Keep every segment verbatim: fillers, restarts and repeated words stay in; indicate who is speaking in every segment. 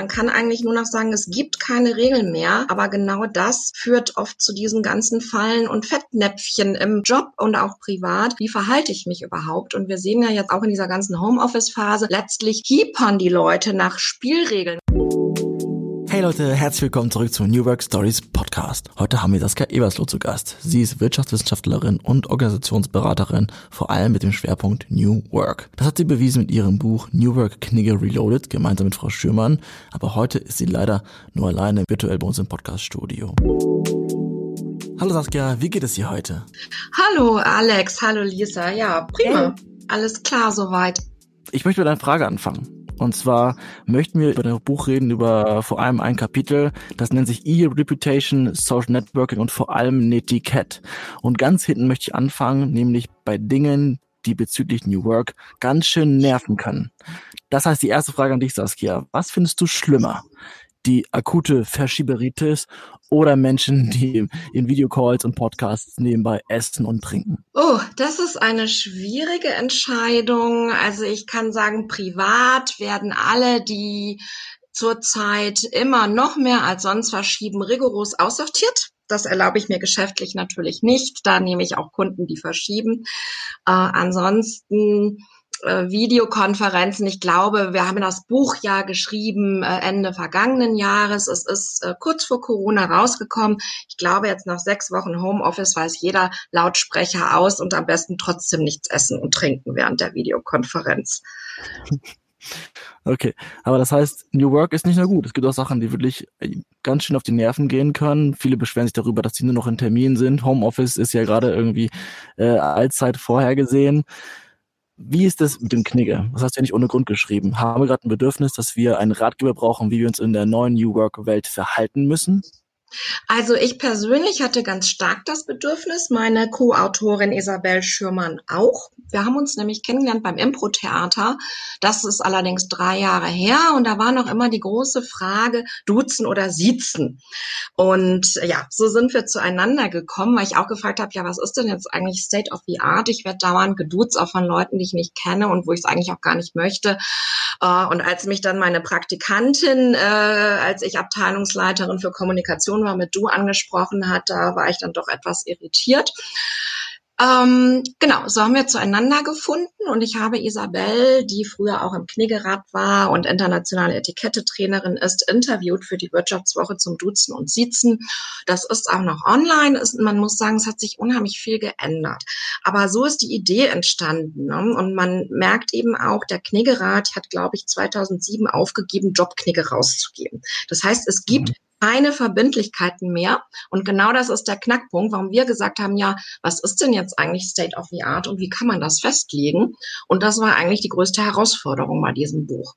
Speaker 1: man kann eigentlich nur noch sagen, es gibt keine Regeln mehr, aber genau das führt oft zu diesen ganzen Fallen und Fettnäpfchen im Job und auch privat. Wie verhalte ich mich überhaupt? Und wir sehen ja jetzt auch in dieser ganzen Homeoffice-Phase, letztlich hiepern die Leute nach Spielregeln.
Speaker 2: Hey Leute, herzlich willkommen zurück zu New Work Stories Podcast. Heute haben wir Saskia Ebersloh zu Gast. Sie ist Wirtschaftswissenschaftlerin und Organisationsberaterin, vor allem mit dem Schwerpunkt New Work. Das hat sie bewiesen mit ihrem Buch New Work Knigge Reloaded, gemeinsam mit Frau Schürmann. Aber heute ist sie leider nur alleine virtuell bei uns im Podcast-Studio. Hallo Saskia, wie geht es dir heute?
Speaker 1: Hallo Alex, hallo Lisa. Ja, prima. Hey. Alles klar soweit.
Speaker 2: Ich möchte mit einer Frage anfangen. Und zwar möchten wir über das Buch reden, über vor allem ein Kapitel, das nennt sich E-Reputation, Social Networking und vor allem Netiquette. Und ganz hinten möchte ich anfangen, nämlich bei Dingen, die bezüglich New Work ganz schön nerven können. Das heißt, die erste Frage an dich, Saskia. Was findest du schlimmer? Die akute Verschieberitis oder Menschen, die in Videocalls und Podcasts nebenbei essen und trinken?
Speaker 1: Oh, das ist eine schwierige Entscheidung. Also ich kann sagen, privat werden alle, die zurzeit immer noch mehr als sonst verschieben, rigoros aussortiert. Das erlaube ich mir geschäftlich natürlich nicht. Da nehme ich auch Kunden, die verschieben. Äh, ansonsten Videokonferenzen. Ich glaube, wir haben das Buch ja geschrieben Ende vergangenen Jahres. Es ist kurz vor Corona rausgekommen. Ich glaube, jetzt nach sechs Wochen Homeoffice weiß jeder Lautsprecher aus und am besten trotzdem nichts essen und trinken während der Videokonferenz.
Speaker 2: Okay, aber das heißt, New Work ist nicht nur gut. Es gibt auch Sachen, die wirklich ganz schön auf die Nerven gehen können. Viele beschweren sich darüber, dass die nur noch in Terminen sind. Homeoffice ist ja gerade irgendwie äh, allzeit vorhergesehen. Wie ist das mit dem Knigge? Das hast du ja nicht ohne Grund geschrieben. Haben wir gerade ein Bedürfnis, dass wir einen Ratgeber brauchen, wie wir uns in der neuen New Work-Welt verhalten müssen?
Speaker 1: Also ich persönlich hatte ganz stark das Bedürfnis, meine Co-Autorin Isabel Schürmann auch. Wir haben uns nämlich kennengelernt beim Impro-Theater. Das ist allerdings drei Jahre her und da war noch immer die große Frage, duzen oder siezen. Und ja, so sind wir zueinander gekommen, weil ich auch gefragt habe, ja, was ist denn jetzt eigentlich State of the Art? Ich werde dauernd geduzt, auch von Leuten, die ich nicht kenne und wo ich es eigentlich auch gar nicht möchte. Und als mich dann meine Praktikantin, als ich Abteilungsleiterin für Kommunikation war, mit du angesprochen hat, da war ich dann doch etwas irritiert. Ähm, genau, so haben wir zueinander gefunden und ich habe Isabel, die früher auch im Kniggerad war und internationale Etikette-Trainerin ist, interviewt für die Wirtschaftswoche zum Duzen und Siezen. Das ist auch noch online. Ist, man muss sagen, es hat sich unheimlich viel geändert. Aber so ist die Idee entstanden. Ne? Und man merkt eben auch, der Kniggerad hat, glaube ich, zweitausendsieben aufgegeben, Jobknigge rauszugeben. Das heißt, es gibt mhm. keine Verbindlichkeiten mehr. Und genau das ist der Knackpunkt, warum wir gesagt haben, ja, was ist denn jetzt eigentlich State of the Art und wie kann man das festlegen? Und das war eigentlich die größte Herausforderung bei diesem Buch.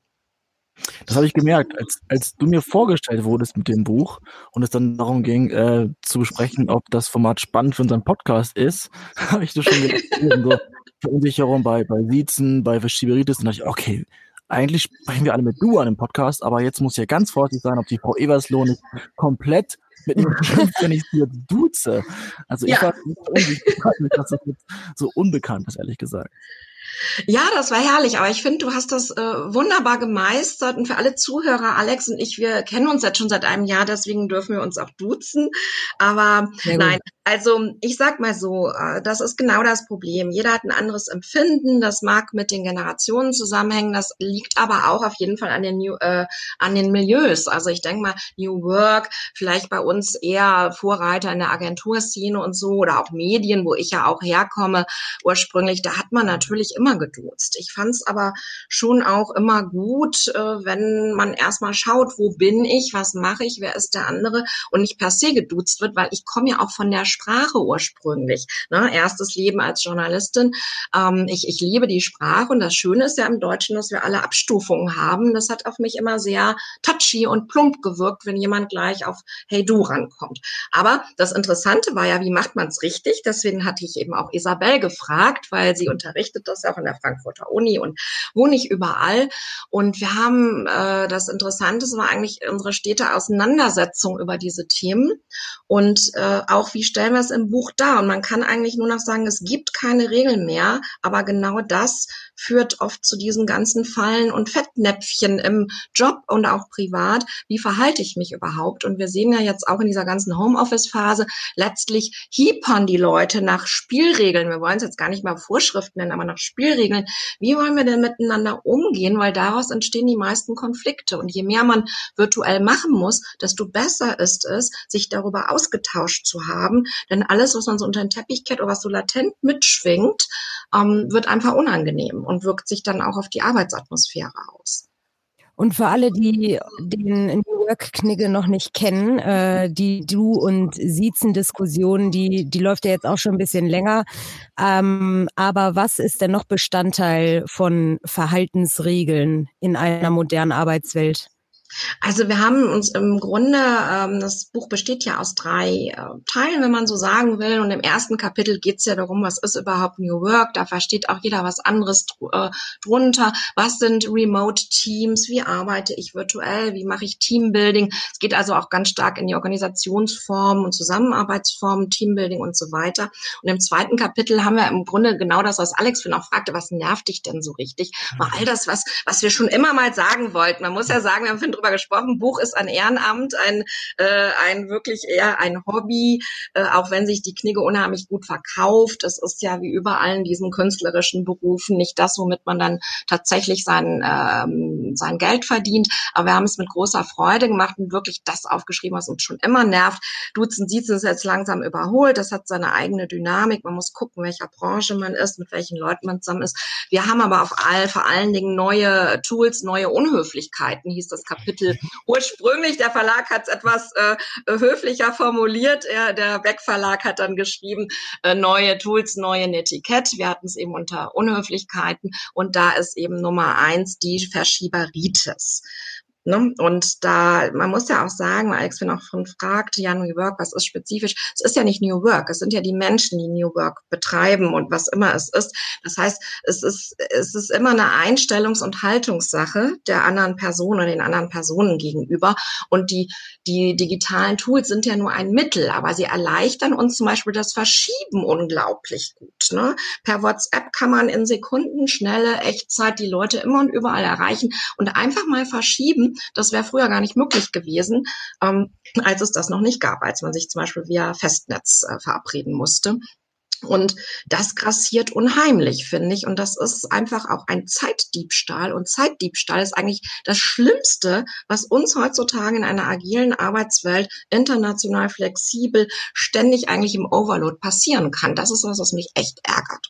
Speaker 2: Das habe ich gemerkt, als, als du mir vorgestellt wurdest mit dem Buch und es dann darum ging, äh, zu besprechen, ob das Format spannend für unseren Podcast ist, habe ich das schon gedacht, so Verunsicherung bei, bei Siezen, bei Verschieberitis, und dachte ich, okay, eigentlich sprechen wir alle mit du an dem Podcast, aber jetzt muss ja ganz vorsichtig sein, ob die Frau Ebersloh nicht komplett mit ihm schimpft, wenn ich sie jetzt duze. Also ja. Ich war unsicher, dass das jetzt so unbekannt ist, ehrlich gesagt.
Speaker 1: Ja, das war herrlich, aber ich finde, du hast das äh, wunderbar gemeistert und für alle Zuhörer, Alex und ich, wir kennen uns jetzt schon seit einem Jahr, deswegen dürfen wir uns auch duzen, aber ja, nein, also ich sag mal so, äh, das ist genau das Problem. Jeder hat ein anderes Empfinden, das mag mit den Generationen zusammenhängen, das liegt aber auch auf jeden Fall an den, New, äh, an den Milieus, also ich denke mal, New Work, vielleicht bei uns eher Vorreiter in der Agenturszene und so oder auch Medien, wo ich ja auch herkomme ursprünglich, da hat man natürlich immer immer geduzt. Ich fand es aber schon auch immer gut, äh, wenn man erstmal schaut, wo bin ich, was mache ich, wer ist der andere und nicht per se geduzt wird, weil ich komme ja auch von der Sprache ursprünglich. Ne? Erstes Leben als Journalistin. Ähm, ich, ich liebe die Sprache und das Schöne ist ja im Deutschen, dass wir alle Abstufungen haben. Das hat auf mich immer sehr touchy und plump gewirkt, wenn jemand gleich auf Hey du rankommt. Aber das Interessante war ja, wie macht man es richtig? Deswegen hatte ich eben auch Isabel gefragt, weil sie unterrichtet das ja auch in der Frankfurter Uni und wo nicht überall. Und wir haben, äh, das Interessante war eigentlich unsere stete Auseinandersetzung über diese Themen und äh, auch, wie stellen wir es im Buch dar? Und man kann eigentlich nur noch sagen, es gibt keine Regeln mehr, aber genau das führt oft zu diesen ganzen Fallen und Fettnäpfchen im Job und auch privat. Wie verhalte ich mich überhaupt? Und wir sehen ja jetzt auch in dieser ganzen Homeoffice-Phase, letztlich hiepern die Leute nach Spielregeln. Wir wollen es jetzt gar nicht mal Vorschriften nennen, aber nach Spielregeln. Wie wollen wir denn miteinander umgehen? Weil daraus entstehen die meisten Konflikte. Und je mehr man virtuell machen muss, desto besser ist es, sich darüber ausgetauscht zu haben. Denn alles, was man so unter den Teppich kehrt oder was so latent mitschwingt, ähm, wird einfach unangenehm und wirkt sich dann auch auf die Arbeitsatmosphäre aus.
Speaker 3: Und für alle, die den New Work-Knigge noch nicht kennen, äh, die Du- und Siezen-Diskussion, die, die läuft ja jetzt auch schon ein bisschen länger. Ähm, aber was ist denn noch Bestandteil von Verhaltensregeln in einer modernen Arbeitswelt?
Speaker 1: Also wir haben uns im Grunde, ähm, das Buch besteht ja aus drei äh, Teilen, wenn man so sagen will. Und im ersten Kapitel geht es ja darum, was ist überhaupt New Work? Da versteht auch jeder was anderes äh, drunter. Was sind Remote Teams? Wie arbeite ich virtuell? Wie mache ich Teambuilding? Es geht also auch ganz stark in die Organisationsformen und Zusammenarbeitsformen, Teambuilding und so weiter. Und im zweiten Kapitel haben wir im Grunde genau das, was Alex vorhin auch fragte, was nervt dich denn so richtig? Mal all das, was, was wir schon immer mal sagen wollten. Man muss ja sagen, wir haben vorhin drüber gesprochen, Buch ist ein Ehrenamt, ein, äh, ein wirklich eher ein Hobby, äh, auch wenn sich die Knigge unheimlich gut verkauft. Es ist ja wie überall in diesen künstlerischen Berufen nicht das, womit man dann tatsächlich sein, ähm, sein Geld verdient. Aber wir haben es mit großer Freude gemacht und wirklich das aufgeschrieben, was uns schon immer nervt. Duzen, Siezen ist jetzt langsam überholt. Das hat seine eigene Dynamik. Man muss gucken, welcher Branche man ist, mit welchen Leuten man zusammen ist. Wir haben aber auf all, vor allen Dingen neue Tools, neue Unhöflichkeiten, hieß das Kapitel ursprünglich. Der Verlag hat es etwas äh, höflicher formuliert. Er, der Beck Verlag hat dann geschrieben, äh, neue Tools, neue Netiquette. Wir hatten es eben unter Unhöflichkeiten. Und da ist eben Nummer eins die Verschieberitis. Ne? Und da, man muss ja auch sagen, weil Alex auch von fragt, ja, New Work, was ist spezifisch? Es ist ja nicht New Work, es sind ja die Menschen, die New Work betreiben und was immer es ist. Das heißt, es ist, es ist immer eine Einstellungs- und Haltungssache der anderen Person oder den anderen Personen gegenüber. Und die, die digitalen Tools sind ja nur ein Mittel, aber sie erleichtern uns zum Beispiel das Verschieben unglaublich gut. Ne? Per WhatsApp kann man in Sekunden, schnelle Echtzeit die Leute immer und überall erreichen und einfach mal verschieben. Das wäre früher gar nicht möglich gewesen, ähm, als es das noch nicht gab, als man sich zum Beispiel via Festnetz äh, verabreden musste. Und das grassiert unheimlich, finde ich. Und das ist einfach auch ein Zeitdiebstahl. Und Zeitdiebstahl ist eigentlich das Schlimmste, was uns heutzutage in einer agilen Arbeitswelt, international flexibel, ständig eigentlich im Overload passieren kann. Das ist was, was mich echt ärgert.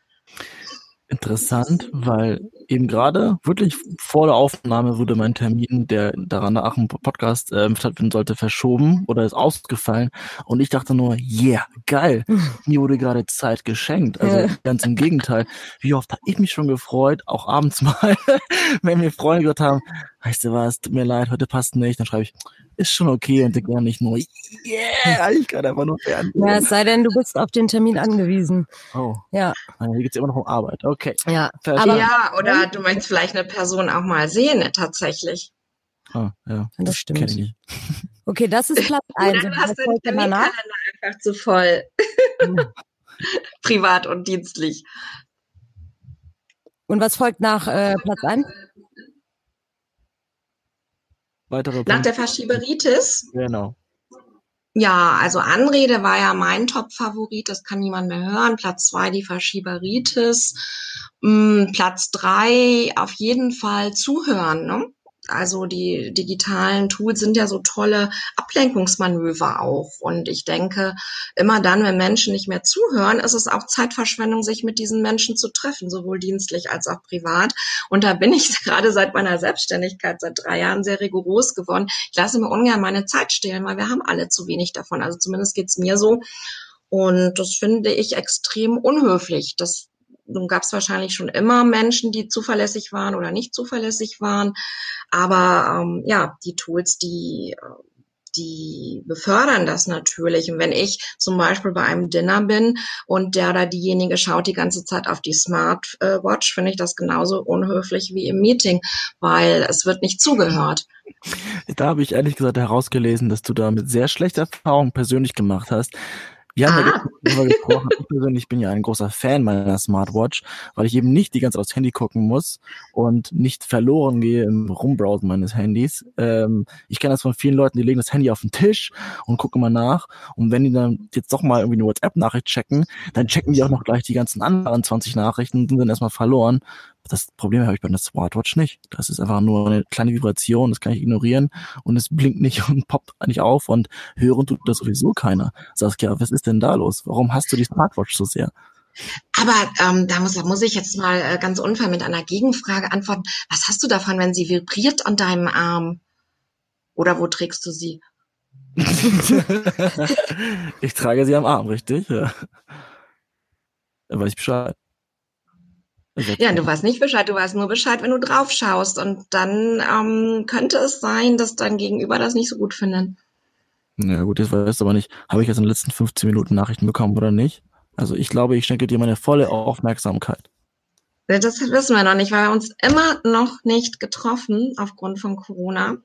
Speaker 2: Interessant, weil eben gerade wirklich vor der Aufnahme wurde mein Termin, der daran nach dem Podcast äh, stattfinden sollte, verschoben oder ist ausgefallen. Und ich dachte nur, yeah, geil, mir wurde gerade Zeit geschenkt. Also ganz im Gegenteil. Wie oft habe ich mich schon gefreut, auch abends mal, wenn mir Freunde gesagt haben, weißt du was, tut mir leid, heute passt nicht. Dann schreibe ich, ist schon okay und denke nicht nur, yeah, ich kann einfach nur Fernsehen.
Speaker 3: Ja, es sei denn, du bist auf den Termin angewiesen.
Speaker 2: Oh,
Speaker 3: ja.
Speaker 2: Hier geht's immer noch um Arbeit. Okay.
Speaker 3: Ja,
Speaker 1: aber ja, oder du möchtest vielleicht eine Person auch mal sehen, tatsächlich.
Speaker 2: Ah, ja,
Speaker 3: das, das stimmt.
Speaker 2: Kenn ich nicht.
Speaker 3: Okay, das ist Platz eins.
Speaker 1: Oder du hast deinen Terminkalender einfach zu voll. Privat und dienstlich.
Speaker 3: Und was folgt nach äh, Platz eins?
Speaker 2: Weitere
Speaker 1: Nach
Speaker 2: Punkte.
Speaker 1: der Verschieberitis?
Speaker 2: Genau.
Speaker 1: Ja, also Anrede war ja mein Top-Favorit, das kann niemand mehr hören. Platz zwei die Verschieberitis. Hm, Platz drei auf jeden Fall zuhören, ne? Also die digitalen Tools sind ja so tolle Ablenkungsmanöver auch. Und ich denke, immer dann, wenn Menschen nicht mehr zuhören, ist es auch Zeitverschwendung, sich mit diesen Menschen zu treffen, sowohl dienstlich als auch privat. Und da bin ich gerade seit meiner Selbstständigkeit, seit drei Jahren sehr rigoros geworden. Ich lasse mir ungern meine Zeit stehlen, weil wir haben alle zu wenig davon. Also zumindest geht's mir so. Und das finde ich extrem unhöflich. Das Nun gab es wahrscheinlich schon immer Menschen, die zuverlässig waren oder nicht zuverlässig waren. Aber ähm, ja, die Tools, die die befördern das natürlich. Und wenn ich zum Beispiel bei einem Dinner bin und der oder diejenige schaut die ganze Zeit auf die Smartwatch, finde ich das genauso unhöflich wie im Meeting, weil es wird nicht zugehört.
Speaker 2: Da habe ich ehrlich gesagt herausgelesen, dass du damit sehr schlechte Erfahrungen persönlich gemacht hast. Wir haben ah. ja darüber gesprochen, ich persönlich bin ja ein großer Fan meiner Smartwatch, weil ich eben nicht die ganze Zeit aufs Handy gucken muss und nicht verloren gehe im Rumbrowsen meines Handys. Ähm, ich kenne das von vielen Leuten, die legen das Handy auf den Tisch und gucken mal nach. Und wenn die dann jetzt doch mal irgendwie eine WhatsApp-Nachricht checken, dann checken die auch noch gleich die ganzen anderen zwanzig Nachrichten und sind dann erstmal verloren. Das Problem habe ich bei einer Smartwatch nicht. Das ist einfach nur eine kleine Vibration, das kann ich ignorieren und es blinkt nicht und poppt nicht auf und hören tut das sowieso keiner. Saskia, was ist denn da los? Warum hast du die Smartwatch so sehr?
Speaker 1: Aber ähm, da, muss, da muss ich jetzt mal äh, ganz unfair mit einer Gegenfrage antworten. Was hast du davon, wenn sie vibriert an deinem Arm? Oder wo trägst du sie?
Speaker 2: Ich trage sie am Arm, richtig? Ja. Da weiß ich Bescheid.
Speaker 1: Ja, du weißt nicht Bescheid, du weißt nur Bescheid, wenn du drauf schaust. Und dann ähm, könnte es sein, dass dein Gegenüber das nicht so gut findet.
Speaker 2: Ja gut, jetzt weißt du aber nicht, habe ich jetzt in den letzten fünfzehn Minuten Nachrichten bekommen oder nicht? Also ich glaube, ich schenke dir meine volle Aufmerksamkeit.
Speaker 1: Das wissen wir noch nicht, weil wir uns immer noch nicht getroffen aufgrund von Corona.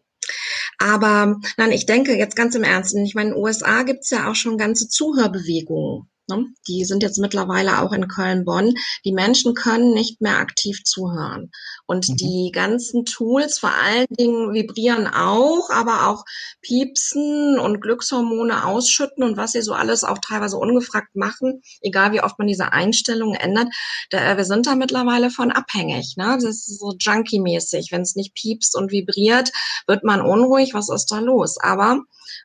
Speaker 1: Aber nein, ich denke jetzt ganz im Ernst, ich meine, in den U S A gibt's ja auch schon ganze Zuhörbewegungen. Die sind jetzt mittlerweile auch in Köln-Bonn. Die Menschen können nicht mehr aktiv zuhören. Und mhm. die ganzen Tools, vor allen Dingen vibrieren auch, aber auch piepsen und Glückshormone ausschütten und was sie so alles auch teilweise ungefragt machen, egal wie oft man diese Einstellungen ändert. Da, wir sind da mittlerweile von abhängig. Ne? Das ist so Junkie-mäßig. Wenn es nicht piepst und vibriert, wird man unruhig. Was ist da los? Aber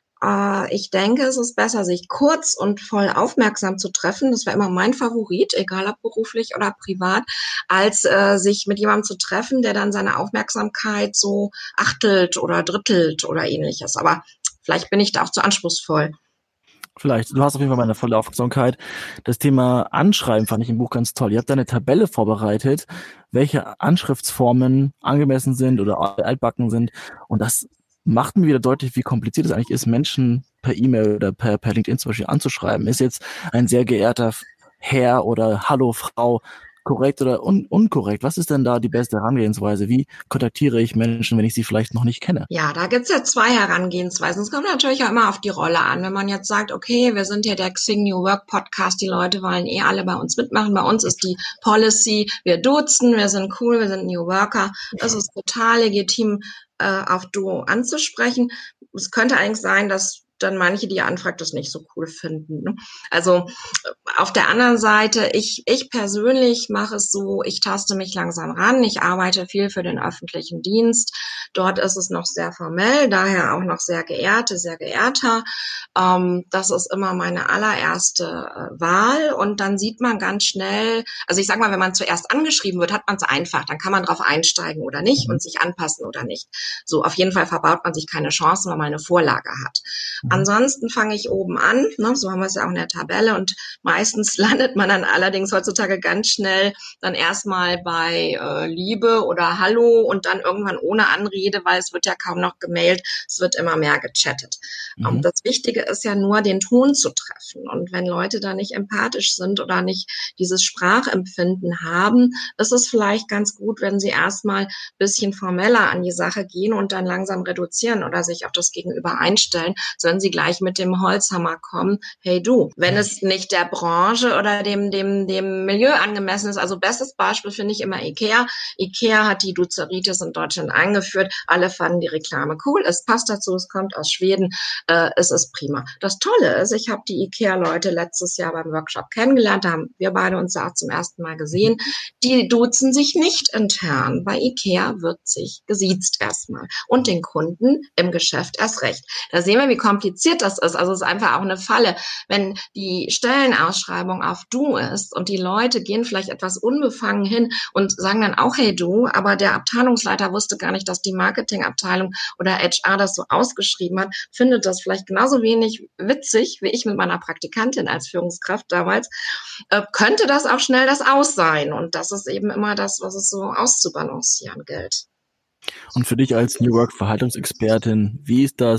Speaker 1: ich denke, es ist besser, sich kurz und voll aufmerksam zu treffen. Das war immer mein Favorit, egal ob beruflich oder privat, als äh, sich mit jemandem zu treffen, der dann seine Aufmerksamkeit so achtelt oder drittelt oder ähnliches. Aber vielleicht bin ich da auch zu anspruchsvoll.
Speaker 2: Vielleicht. Du hast auf jeden Fall meine volle Aufmerksamkeit. Das Thema Anschreiben fand ich im Buch ganz toll. Ihr habt da eine Tabelle vorbereitet, welche Anschriftsformen angemessen sind oder altbacken sind. Und das macht mir wieder deutlich, wie kompliziert es eigentlich ist, Menschen per E-Mail oder per, per LinkedIn zum Beispiel anzuschreiben. Ist jetzt ein sehr geehrter Herr oder Hallo Frau korrekt oder un- unkorrekt? Was ist denn da die beste Herangehensweise? Wie kontaktiere ich Menschen, wenn ich sie vielleicht noch nicht kenne?
Speaker 1: Ja, da gibt's ja zwei Herangehensweisen. Es kommt natürlich auch immer auf die Rolle an. Wenn man jetzt sagt, okay, wir sind ja der Xing New Work Podcast, die Leute wollen eh alle bei uns mitmachen. Bei uns ist die Policy, wir duzen, wir sind cool, wir sind New Worker. Das ist total legitim, auf Du anzusprechen. Es könnte eigentlich sein, dass dann manche, die ihr anfragt, das nicht so cool finden. Ne? Also auf der anderen Seite, ich ich persönlich mache es so, ich taste mich langsam ran. Ich arbeite viel für den öffentlichen Dienst. Dort ist es noch sehr formell, daher auch noch sehr geehrte, sehr geehrter. Ähm, das ist immer meine allererste äh, Wahl. Und dann sieht man ganz schnell, also ich sage mal, wenn man zuerst angeschrieben wird, hat man es einfach. Dann kann man drauf einsteigen oder nicht und sich anpassen oder nicht. So, auf jeden Fall verbaut man sich keine Chancen, weil man eine Vorlage hat. Ansonsten fange ich oben an, ne, so haben wir es ja auch in der Tabelle und meistens landet man dann allerdings heutzutage ganz schnell dann erstmal bei äh, Liebe oder Hallo und dann irgendwann ohne Anrede, weil es wird ja kaum noch gemailt, es wird immer mehr gechattet. Mhm. Um, das Wichtige ist ja nur, den Ton zu treffen und wenn Leute da nicht empathisch sind oder nicht dieses Sprachempfinden haben, ist es vielleicht ganz gut, wenn sie erstmal ein bisschen formeller an die Sache gehen und dann langsam reduzieren oder sich auf das Gegenüber einstellen, sollen sie gleich mit dem Holzhammer kommen, hey du, wenn es nicht der Branche oder dem dem dem Milieu angemessen ist, also bestes Beispiel finde ich immer Ikea. Ikea hat die Duzeritis in Deutschland eingeführt, alle fanden die Reklame cool, es passt dazu, es kommt aus Schweden, äh, es ist prima. Das Tolle ist, ich habe die Ikea-Leute letztes Jahr beim Workshop kennengelernt, da haben wir beide uns auch zum ersten Mal gesehen, die duzen sich nicht intern, bei Ikea wird sich gesiezt erstmal und den Kunden im Geschäft erst recht. Da sehen wir, wie kompliziert das ist. Also es ist einfach auch eine Falle. Wenn die Stellenausschreibung auf Du ist und die Leute gehen vielleicht etwas unbefangen hin und sagen dann auch, hey du, aber der Abteilungsleiter wusste gar nicht, dass die Marketingabteilung oder H R das so ausgeschrieben hat, findet das vielleicht genauso wenig witzig, wie ich mit meiner Praktikantin als Führungskraft damals, äh, könnte das auch schnell das Aus sein. Und das ist eben immer das, was es so auszubalancieren gilt.
Speaker 2: Und für dich als New Work Verhaltensexpertin, wie ist das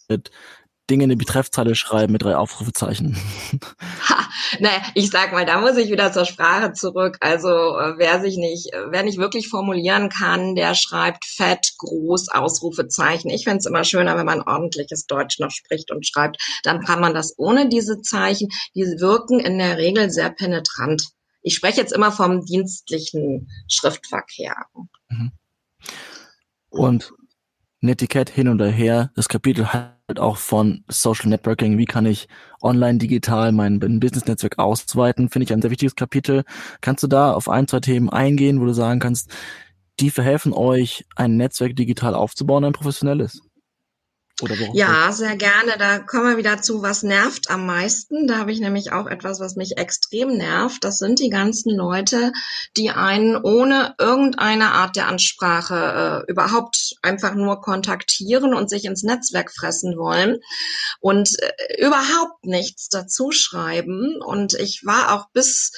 Speaker 2: Dinge in die Betreffzeile schreiben mit drei Aufrufezeichen.
Speaker 1: Ha, naja, ich sag mal, da muss ich wieder zur Sprache zurück. Also wer sich nicht, wer nicht wirklich formulieren kann, der schreibt fett, groß, Ausrufezeichen. Ich find's immer schöner, wenn man ordentliches Deutsch noch spricht und schreibt. Dann kann man das ohne diese Zeichen. Die wirken in der Regel sehr penetrant. Ich spreche jetzt immer vom dienstlichen Schriftverkehr.
Speaker 2: Mhm. Und Netiquette hin und her, das Kapitel halt auch von Social Networking, wie kann ich online, digital mein Business-Netzwerk ausweiten, finde ich ein sehr wichtiges Kapitel. Kannst du da auf ein, zwei Themen eingehen, wo du sagen kannst, die verhelfen euch, ein Netzwerk digital aufzubauen, ein professionelles? Oder
Speaker 1: ja, sehr gerne. Da kommen wir wieder zu, was nervt am meisten. Da habe ich nämlich auch etwas, was mich extrem nervt. Das sind die ganzen Leute, die einen ohne irgendeine Art der Ansprache äh, überhaupt einfach nur kontaktieren und sich ins Netzwerk fressen wollen und äh, überhaupt nichts dazu schreiben. Und ich war auch bis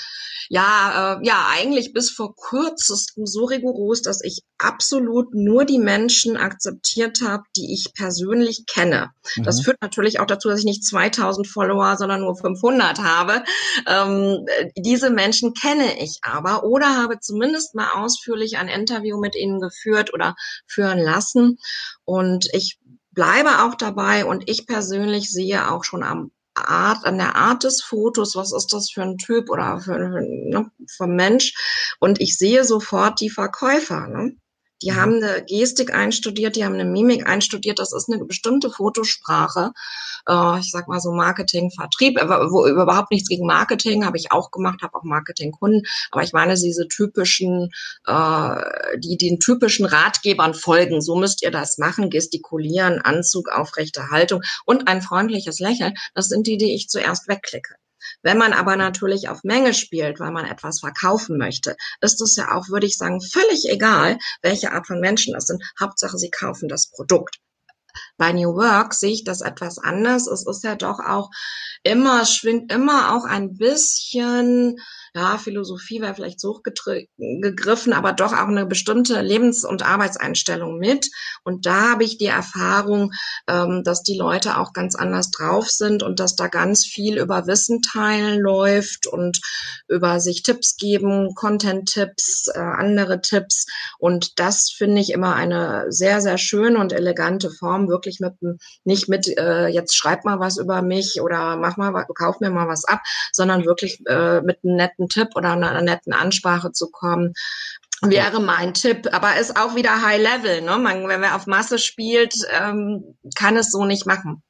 Speaker 1: Ja, äh, ja, eigentlich bis vor kürzestem so rigoros, dass ich absolut nur die Menschen akzeptiert habe, die ich persönlich kenne. Mhm. Das führt natürlich auch dazu, dass ich nicht zweitausend Follower, sondern nur fünfhundert habe. Ähm, diese Menschen kenne ich aber oder habe zumindest mal ausführlich ein Interview mit ihnen geführt oder führen lassen. Und ich bleibe auch dabei und ich persönlich sehe auch schon am Art, an der Art des Fotos, was ist das für ein Typ oder für, für, ne, für ein Mensch. Und ich sehe sofort die Verkäufer, ne? Die mhm. haben eine Gestik einstudiert, die haben eine Mimik einstudiert, das ist eine bestimmte Fotosprache. Äh, ich sag mal so Marketing, Vertrieb, wo überhaupt nichts gegen Marketing, habe ich auch gemacht, habe auch Marketingkunden, aber ich meine diese typischen, äh, die den typischen Ratgebern folgen, so müsst ihr das machen, gestikulieren, Anzug, aufrechte Haltung und ein freundliches Lächeln, das sind die, die ich zuerst wegklicke. Wenn man aber natürlich auf Menge spielt, weil man etwas verkaufen möchte, ist es ja auch, würde ich sagen, völlig egal, welche Art von Menschen es sind. Hauptsache, sie kaufen das Produkt. Bei New Work sehe ich das etwas anders. Es ist ja doch auch immer, schwingt immer auch ein bisschen, ja, Philosophie wäre vielleicht so hochgegriffen, aber doch auch eine bestimmte Lebens- und Arbeitseinstellung mit. Und da habe ich die Erfahrung, ähm, dass die Leute auch ganz anders drauf sind und dass da ganz viel über Wissen teilen läuft und über sich Tipps geben, Content-Tipps, äh, andere Tipps. Und das finde ich immer eine sehr, sehr schöne und elegante Form, wirklich mit, nicht mit, äh, jetzt schreib mal was über mich oder mach mal, kauf mir mal was ab, sondern wirklich äh, mit einem netten Tipp oder einer netten Ansprache zu kommen, wäre mein Tipp. Aber ist auch wieder High Level, ne? Man, wenn man auf Masse spielt, ähm, kann es so nicht machen.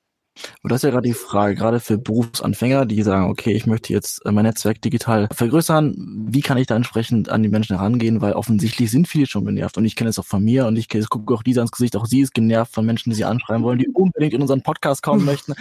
Speaker 2: Und das ist ja gerade die Frage, gerade für Berufsanfänger, die sagen, okay, ich möchte jetzt mein Netzwerk digital vergrößern, wie kann ich da entsprechend an die Menschen herangehen, weil offensichtlich sind viele schon genervt und ich kenne es auch von mir und ich gucke auch Lisa ins Gesicht, auch sie ist genervt von Menschen, die sie anschreiben wollen, die unbedingt in unseren Podcast kommen möchten.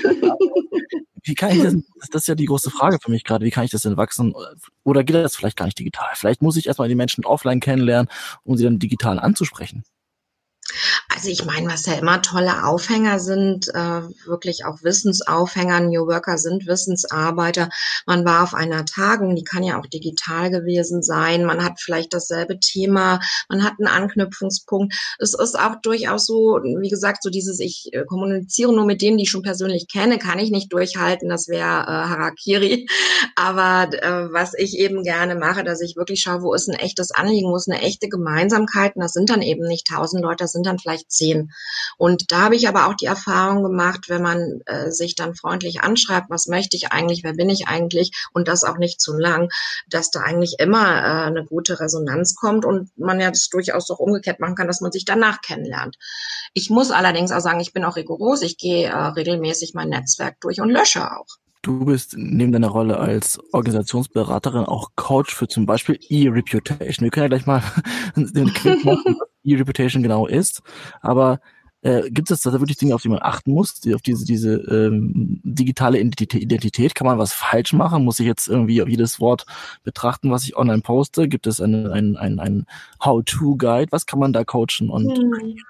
Speaker 2: Wie kann ich das, das ist ja die große Frage für mich gerade, wie kann ich das denn wachsen? Oder geht das vielleicht gar nicht digital? Vielleicht muss ich erstmal die Menschen offline kennenlernen, um sie dann digital anzusprechen.
Speaker 1: Also ich meine, was ja immer tolle Aufhänger sind, äh, wirklich auch Wissensaufhänger. New Worker sind Wissensarbeiter. Man war auf einer Tagung, die kann ja auch digital gewesen sein. Man hat vielleicht dasselbe Thema, man hat einen Anknüpfungspunkt. Es ist auch durchaus so, wie gesagt, so dieses, ich äh, kommuniziere nur mit denen, die ich schon persönlich kenne, kann ich nicht durchhalten. Das wäre äh, Harakiri. Aber äh, was ich eben gerne mache, dass ich wirklich schaue, wo ist ein echtes Anliegen, wo ist eine echte Gemeinsamkeit. Und das sind dann eben nicht tausend Leute, das sind dann vielleicht zehn. Und da habe ich aber auch die Erfahrung gemacht, wenn man äh, sich dann freundlich anschreibt, was möchte ich eigentlich, wer bin ich eigentlich und das auch nicht zu lang, dass da eigentlich immer äh, eine gute Resonanz kommt und man ja das durchaus auch umgekehrt machen kann, dass man sich danach kennenlernt. Ich muss allerdings auch sagen, ich bin auch rigoros, ich gehe äh, regelmäßig mein Netzwerk durch und lösche auch.
Speaker 2: Du bist neben deiner Rolle als Organisationsberaterin auch Coach für zum Beispiel E-Reputation. Wir können ja gleich mal den Quiz machen, was E-Reputation genau ist. Aber äh, gibt es da wirklich Dinge, auf die man achten muss? Die, auf diese diese ähm, digitale Identität? Kann man was falsch machen? Muss ich jetzt irgendwie auf jedes Wort betrachten, was ich online poste? Gibt es einen ein, ein, ein How-to-Guide? Was kann man da coachen? Und
Speaker 1: hm.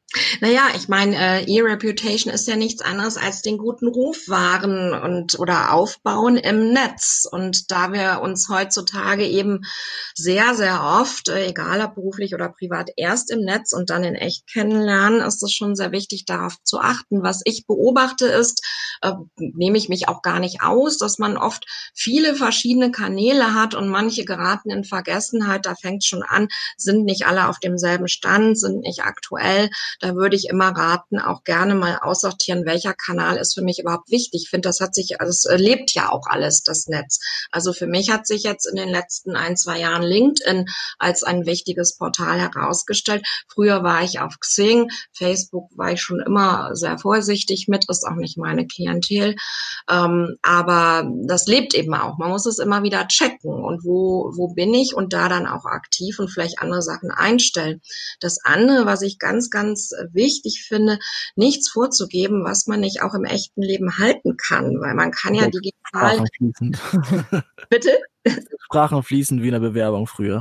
Speaker 1: Naja, ich meine, äh, E-Reputation ist ja nichts anderes als den guten Ruf wahren und oder aufbauen im Netz. Und da wir uns heutzutage eben sehr, sehr oft, äh, egal ob beruflich oder privat, erst im Netz und dann in echt kennenlernen, ist es schon sehr wichtig, darauf zu achten. Was ich beobachte ist, äh, nehme ich mich auch gar nicht aus, dass man oft viele verschiedene Kanäle hat und manche geraten in Vergessenheit. Da fängt schon an, sind nicht alle auf demselben Stand, sind nicht aktuell. Da würde ich immer raten, auch gerne mal aussortieren, welcher Kanal ist für mich überhaupt wichtig. Ich finde, das hat sich, das lebt ja auch alles, das Netz. Also für mich hat sich jetzt in den letzten ein, zwei Jahren LinkedIn als ein wichtiges Portal herausgestellt. Früher war ich auf Xing, Facebook war ich schon immer sehr vorsichtig mit, ist auch nicht meine Klientel. Ähm, aber das lebt eben auch. Man muss es immer wieder checken und wo, wo bin ich und da dann auch aktiv und vielleicht andere Sachen einstellen. Das andere, was ich ganz, ganz wichtig finde, nichts vorzugeben, was man nicht auch im echten Leben halten kann, weil man kann ja digital...
Speaker 2: Sprachen fließend.
Speaker 1: Bitte?
Speaker 2: Sprachen fließend wie in der Bewerbung früher.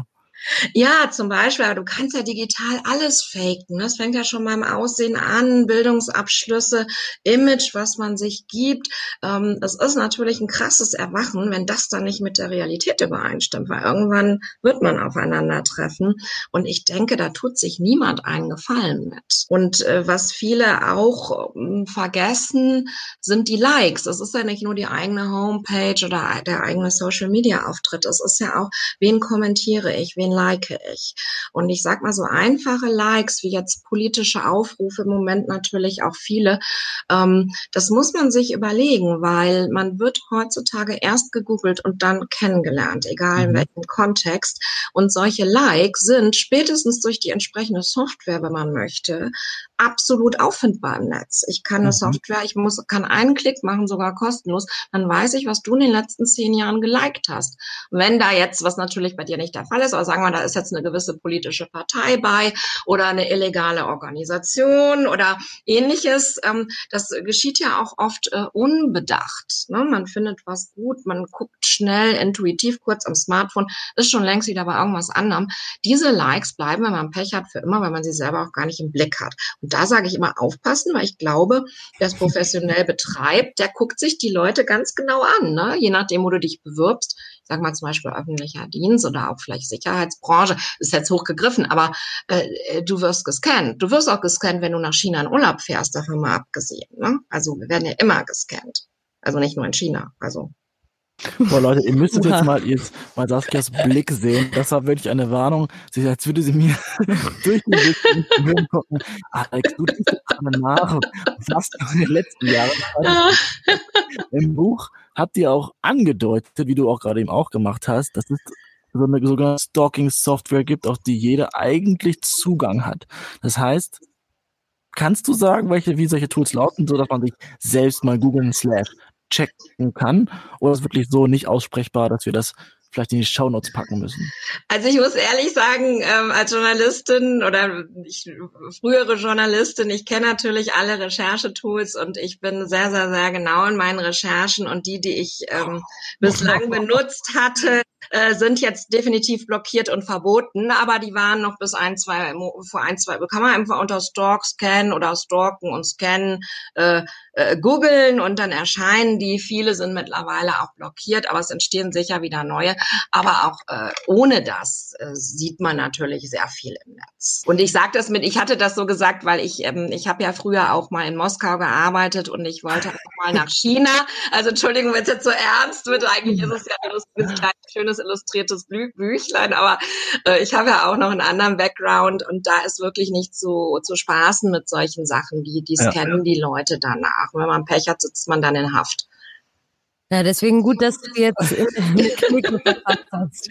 Speaker 1: Ja, zum Beispiel, aber du kannst ja digital alles faken. Das fängt ja schon beim Aussehen an, Bildungsabschlüsse, Image, was man sich gibt. Ähm, das ist natürlich ein krasses Erwachen, wenn das dann nicht mit der Realität übereinstimmt, weil irgendwann wird man aufeinandertreffen. Und ich denke, da tut sich niemand einen Gefallen mit. Und äh, was viele auch ähm, vergessen, sind die Likes. Das ist ja nicht nur die eigene Homepage oder der eigene Social-Media-Auftritt. Es ist ja auch, wen kommentiere ich, wen like ich. Und ich sag mal, so einfache Likes, wie jetzt politische Aufrufe, im Moment natürlich auch viele, ähm, das muss man sich überlegen, weil man wird heutzutage erst gegoogelt und dann kennengelernt, egal in welchem Kontext. Und solche Likes sind spätestens durch die entsprechende Software, wenn man möchte, absolut auffindbar im Netz. Ich kann eine Software, ich muss, kann einen Klick machen, sogar kostenlos, dann weiß ich, was du in den letzten zehn Jahren geliked hast. Wenn da jetzt, was natürlich bei dir nicht der Fall ist, aber sagen wir, da ist jetzt eine gewisse politische Partei bei oder eine illegale Organisation oder ähnliches, ähm, das geschieht ja auch oft äh, unbedacht. Ne? Man findet was gut, man guckt schnell, intuitiv, kurz am Smartphone, ist schon längst wieder bei irgendwas anderem. Diese Likes bleiben, wenn man Pech hat, für immer, weil man sie selber auch gar nicht im Blick hat. Und da sage ich immer aufpassen, weil ich glaube, wer es professionell betreibt, der guckt sich die Leute ganz genau an, ne? Je nachdem, wo du dich bewirbst. Ich sage mal zum Beispiel öffentlicher Dienst oder auch vielleicht Sicherheitsbranche, ist jetzt hochgegriffen, aber äh, du wirst gescannt. Du wirst auch gescannt, wenn du nach China in Urlaub fährst, davon mal abgesehen. Ne? Also wir werden ja immer gescannt. Also nicht nur in China. Also
Speaker 2: Boah, Leute, ihr müsstet jetzt mal, jetzt mal Saskias Blick sehen. Das war wirklich eine Warnung. Sie, als würde sie mir durch den Blick in den gucken. Alex, du denkst gerade nach, was du in den letzten Jahren im Buch habt ihr auch angedeutet, wie du auch gerade eben auch gemacht hast, dass es so eine sogenannte Stalking-Software gibt, auf die jeder eigentlich Zugang hat. Das heißt, kannst du sagen, welche, wie solche Tools lauten, so dass man sich selbst mal googeln slash checken kann? Oder ist es wirklich so nicht aussprechbar, dass wir das vielleicht in die Shownotes packen müssen?
Speaker 1: Also ich muss ehrlich sagen, ähm, als Journalistin oder ich, frühere Journalistin, ich kenne natürlich alle Recherchetools und ich bin sehr, sehr, sehr genau in meinen Recherchen und die, die ich ähm, bislang benutzt hatte, äh, sind jetzt definitiv blockiert und verboten, aber die waren noch bis ein, zwei, vor ein, zwei, kann man einfach unter Stalk scannen oder stalken und scannen, äh, äh, googeln und dann erscheinen die. Viele sind mittlerweile auch blockiert, aber es entstehen sicher wieder neue. Aber auch äh, ohne das äh, sieht man natürlich sehr viel im Netz. Und ich sage das mit, ich hatte das so gesagt, weil ich, ähm, ich habe ja früher auch mal in Moskau gearbeitet und ich wollte auch mal nach China. Also Entschuldigung, wenn es jetzt so ernst wird, eigentlich ist es ja ein kleines, schönes illustriertes Bü- Büchlein, aber äh, ich habe ja auch noch einen anderen Background und da ist wirklich nicht zu, zu spaßen mit solchen Sachen. Die, die scannen ja die Leute danach. Und wenn man Pech hat, sitzt man dann in Haft.
Speaker 3: Ja, deswegen gut, dass du jetzt eine Knicke verpasst hast.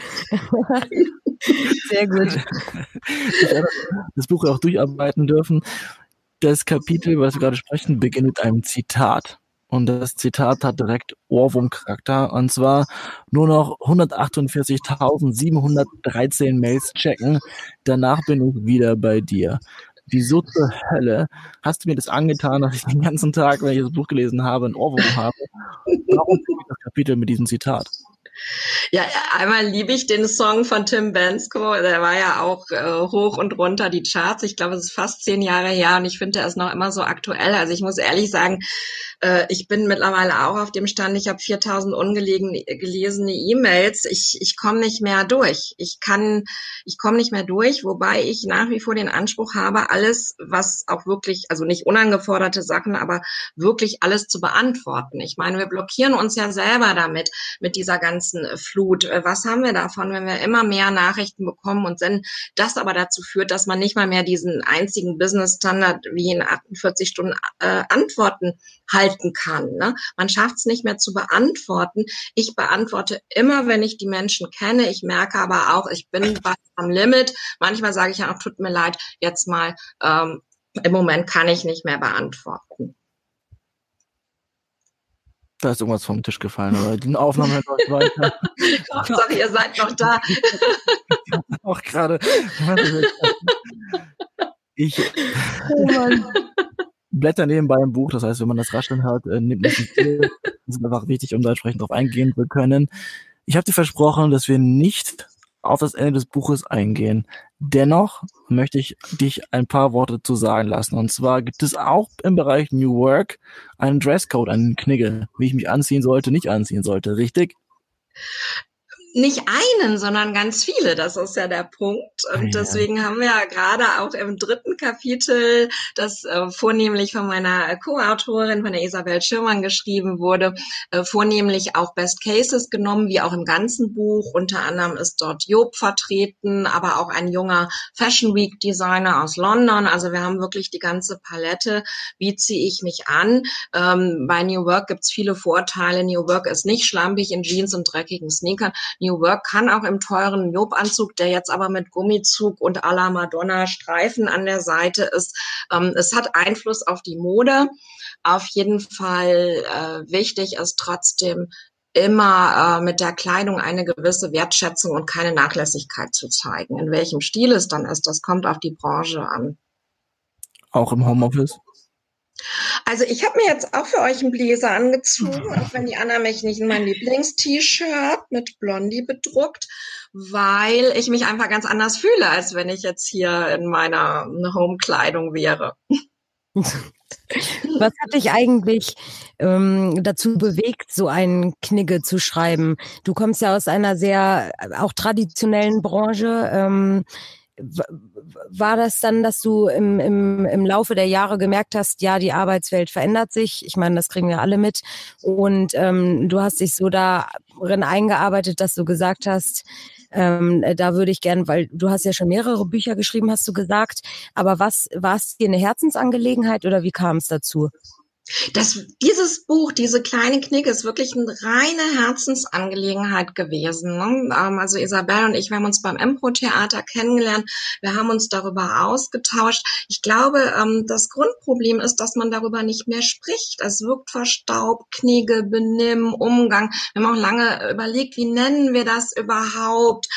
Speaker 3: Sehr gut.
Speaker 2: Ich habe das Buch auch durcharbeiten dürfen. Das Kapitel, was wir gerade sprechen, beginnt mit einem Zitat. Und das Zitat hat direkt Ohrwurmcharakter. Und zwar nur noch hundertachtundvierzigtausendsiebenhundertdreizehn Mails checken. Danach bin ich wieder bei dir. Wieso zur Hölle hast du mir das angetan, dass ich den ganzen Tag, wenn ich das Buch gelesen habe, ein Ohrwurm habe? Warum das Kapitel mit diesem Zitat?
Speaker 1: Ja, einmal liebe ich den Song von Tim Bensko. Der war ja auch äh, hoch und runter die Charts. Ich glaube, es ist fast zehn Jahre her und ich finde, der ist noch immer so aktuell. Also ich muss ehrlich sagen, äh, ich bin mittlerweile auch auf dem Stand. Ich habe viertausend ungelesene E-Mails. Ich, ich komme nicht mehr durch. Ich kann, ich komme nicht mehr durch, wobei ich nach wie vor den Anspruch habe, alles, was auch wirklich, also nicht unangeforderte Sachen, aber wirklich alles zu beantworten. Ich meine, wir blockieren uns ja selber damit, mit dieser ganzen Flut. Was haben wir davon, wenn wir immer mehr Nachrichten bekommen und wenn das aber dazu führt, dass man nicht mal mehr diesen einzigen Business-Standard wie in achtundvierzig Stunden äh, Antworten halten kann. Ne? Man schafft es nicht mehr zu beantworten. Ich beantworte immer, wenn ich die Menschen kenne. Ich merke aber auch, ich bin bald am Limit. Manchmal sage ich ja auch, tut mir leid, jetzt mal, ähm, im Moment kann ich nicht mehr beantworten.
Speaker 2: Da ist irgendwas vom Tisch gefallen, oder? Die Aufnahme läuft weiter.
Speaker 1: Hauptsache, ihr seid noch da.
Speaker 2: Auch gerade. Ich oh blätter nebenbei im Buch, das heißt, wenn man das Rascheln hört, äh, nimmt es nicht viel. Das ist einfach wichtig, um da entsprechend drauf eingehen zu können. Ich habe dir versprochen, dass wir nicht auf das Ende des Buches eingehen. Dennoch möchte ich dich ein paar Worte zu sagen lassen. Und zwar gibt es auch im Bereich New Work einen Dresscode, einen Knigge, wie ich mich anziehen sollte, nicht anziehen sollte, richtig?
Speaker 1: Nicht einen, sondern ganz viele, das ist ja der Punkt. Und
Speaker 2: ja.
Speaker 1: Deswegen haben wir ja gerade auch im dritten Kapitel, das äh, vornehmlich von meiner Co-Autorin, von der Isabel Schirmann geschrieben wurde, äh, vornehmlich auch Best Cases genommen, wie auch im ganzen Buch. Unter anderem ist dort Job vertreten, aber auch ein junger Fashion Week Designer aus London. Also wir haben wirklich die ganze Palette. Wie ziehe ich mich an? Ähm, bei New Work gibt's viele Vorteile. New Work ist nicht schlampig in Jeans und dreckigen Sneakern. New Work kann auch im teuren Job-Anzug, der jetzt aber mit Gummizug und à la Madonna Streifen an der Seite ist. Ähm, es hat Einfluss auf die Mode. Auf jeden Fall äh, wichtig ist trotzdem immer äh, mit der Kleidung eine gewisse Wertschätzung und keine Nachlässigkeit zu zeigen. In welchem Stil es dann ist, das kommt auf die Branche an.
Speaker 2: Auch im Homeoffice?
Speaker 1: Also ich habe mir jetzt auch für euch einen Bläser angezogen, auch wenn die Anna mich nicht in mein Lieblingst-T-Shirt mit Blondie bedruckt, weil ich mich einfach ganz anders fühle, als wenn ich jetzt hier in meiner Home-Kleidung wäre.
Speaker 3: Was hat dich eigentlich ähm, dazu bewegt, so einen Knigge zu schreiben? Du kommst ja aus einer sehr auch traditionellen Branche. Ähm, War das dann, dass du im, im, im Laufe der Jahre gemerkt hast, ja, die Arbeitswelt verändert sich? Ich meine, das kriegen wir alle mit. Und ähm, du hast dich so darin eingearbeitet, dass du gesagt hast, ähm, da würde ich gern, weil du hast ja schon mehrere Bücher geschrieben, hast du gesagt. Aber was, war es dir eine Herzensangelegenheit oder wie kam es dazu?
Speaker 1: Das, dieses Buch, diese kleine Knigge, ist wirklich eine reine Herzensangelegenheit gewesen. Ne? Also Isabel und ich, wir haben uns beim Impro-Theater kennengelernt. Wir haben uns darüber ausgetauscht. Ich glaube, das Grundproblem ist, dass man darüber nicht mehr spricht. Es wirkt verstaubt, Knigge, Benimm, Umgang. Wir haben auch lange überlegt, wie nennen wir das überhaupt?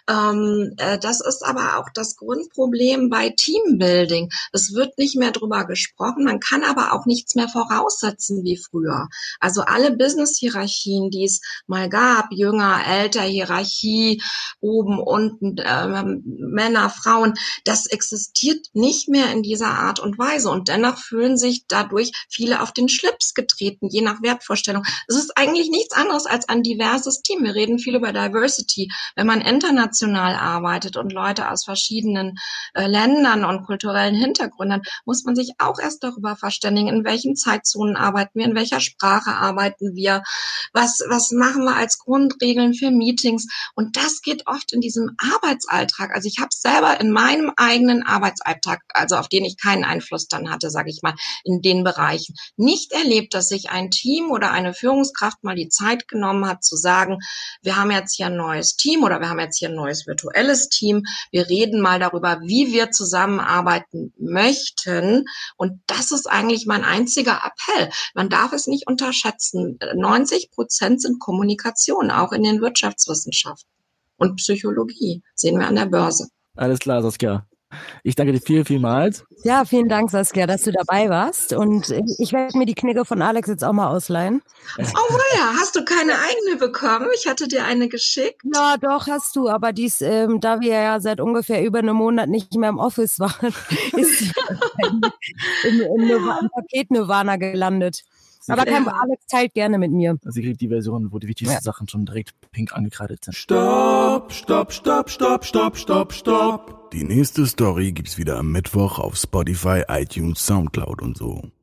Speaker 1: Das ist aber auch das Grundproblem bei Teambuilding. Es wird nicht mehr drüber gesprochen. Man kann aber auch nichts mehr voraussetzen wie früher. Also alle Business-Hierarchien, die es mal gab, jünger, älter, Hierarchie, oben, unten, äh, Männer, Frauen, das existiert nicht mehr in dieser Art und Weise. Und dennoch fühlen sich dadurch viele auf den Schlips getreten, je nach Wertvorstellung. Es ist eigentlich nichts anderes als ein diverses Team. Wir reden viel über Diversity. Wenn man international arbeitet und Leute aus verschiedenen äh, Ländern und kulturellen Hintergründen, muss man sich auch erst darüber verständigen, in welchen Zeitzonen arbeiten wir, in welcher Sprache arbeiten wir, was, was machen wir als Grundregeln für Meetings. Und das geht oft in diesem Arbeitsalltag. Also ich habe es selber in meinem eigenen Arbeitsalltag, also auf den ich keinen Einfluss dann hatte, sage ich mal, in den Bereichen, nicht erlebt, dass sich ein Team oder eine Führungskraft mal die Zeit genommen hat, zu sagen, wir haben jetzt hier ein neues Team oder wir haben jetzt hier ein neues virtuelles Team. Wir reden mal darüber, wie wir zusammenarbeiten möchten. Und das ist eigentlich mein einziger Appell. Man darf es nicht unterschätzen. neunzig Prozent sind Kommunikation, auch in den Wirtschaftswissenschaften und Psychologie. Sehen wir an der Börse.
Speaker 2: Alles klar, Saskia. Ich danke dir viel, vielmals.
Speaker 3: Ja, vielen Dank, Saskia, dass du dabei warst. Und ich werde mir die Knigge von Alex jetzt auch mal ausleihen.
Speaker 1: Oh ja, hast du keine eigene bekommen? Ich hatte dir eine geschickt.
Speaker 3: Ja, doch, hast du. Aber dies, ähm, da wir ja seit ungefähr über einem Monat nicht mehr im Office waren, ist sie im, im, Nirvana, im Paket Nirvana gelandet. Sie aber kein, Alex teilt gerne mit mir.
Speaker 2: Sie kriegt die Version, wo die wichtigsten ja. Sachen schon direkt pink angekreidet sind.
Speaker 4: Stopp, stopp, stopp, stopp, stopp, stopp, stopp. Die nächste Story gibt's wieder am Mittwoch auf Spotify, iTunes, Soundcloud und so.